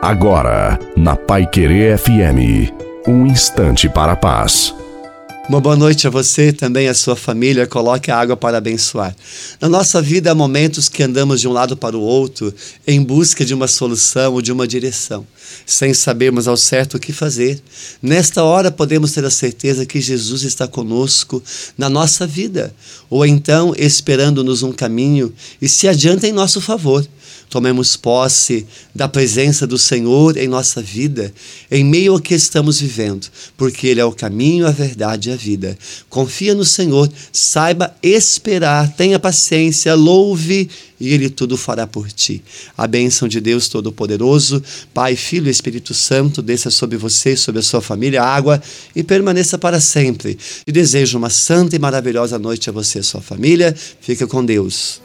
Agora, na Paiquerê FM, um instante para a paz. Uma boa noite a você, também a sua família. Coloque a água para abençoar. Na nossa vida há momentos que andamos de um lado para o outro em busca de uma solução ou de uma direção, sem sabermos ao certo o que fazer. Nesta hora podemos ter a certeza que Jesus está conosco na nossa vida, ou então esperando-nos um caminho e se adianta em nosso favor. Tomemos posse da presença do Senhor em nossa vida, em meio ao que estamos vivendo, porque Ele é o caminho, a verdade e a vida. Confia no Senhor, saiba esperar, tenha paciência, louve e Ele tudo fará por ti. A bênção de Deus Todo-Poderoso, Pai, Filho e Espírito Santo, desça sobre você, sobre a sua família, água e permaneça para sempre. E desejo uma santa e maravilhosa noite a você e a sua família. Fica com Deus.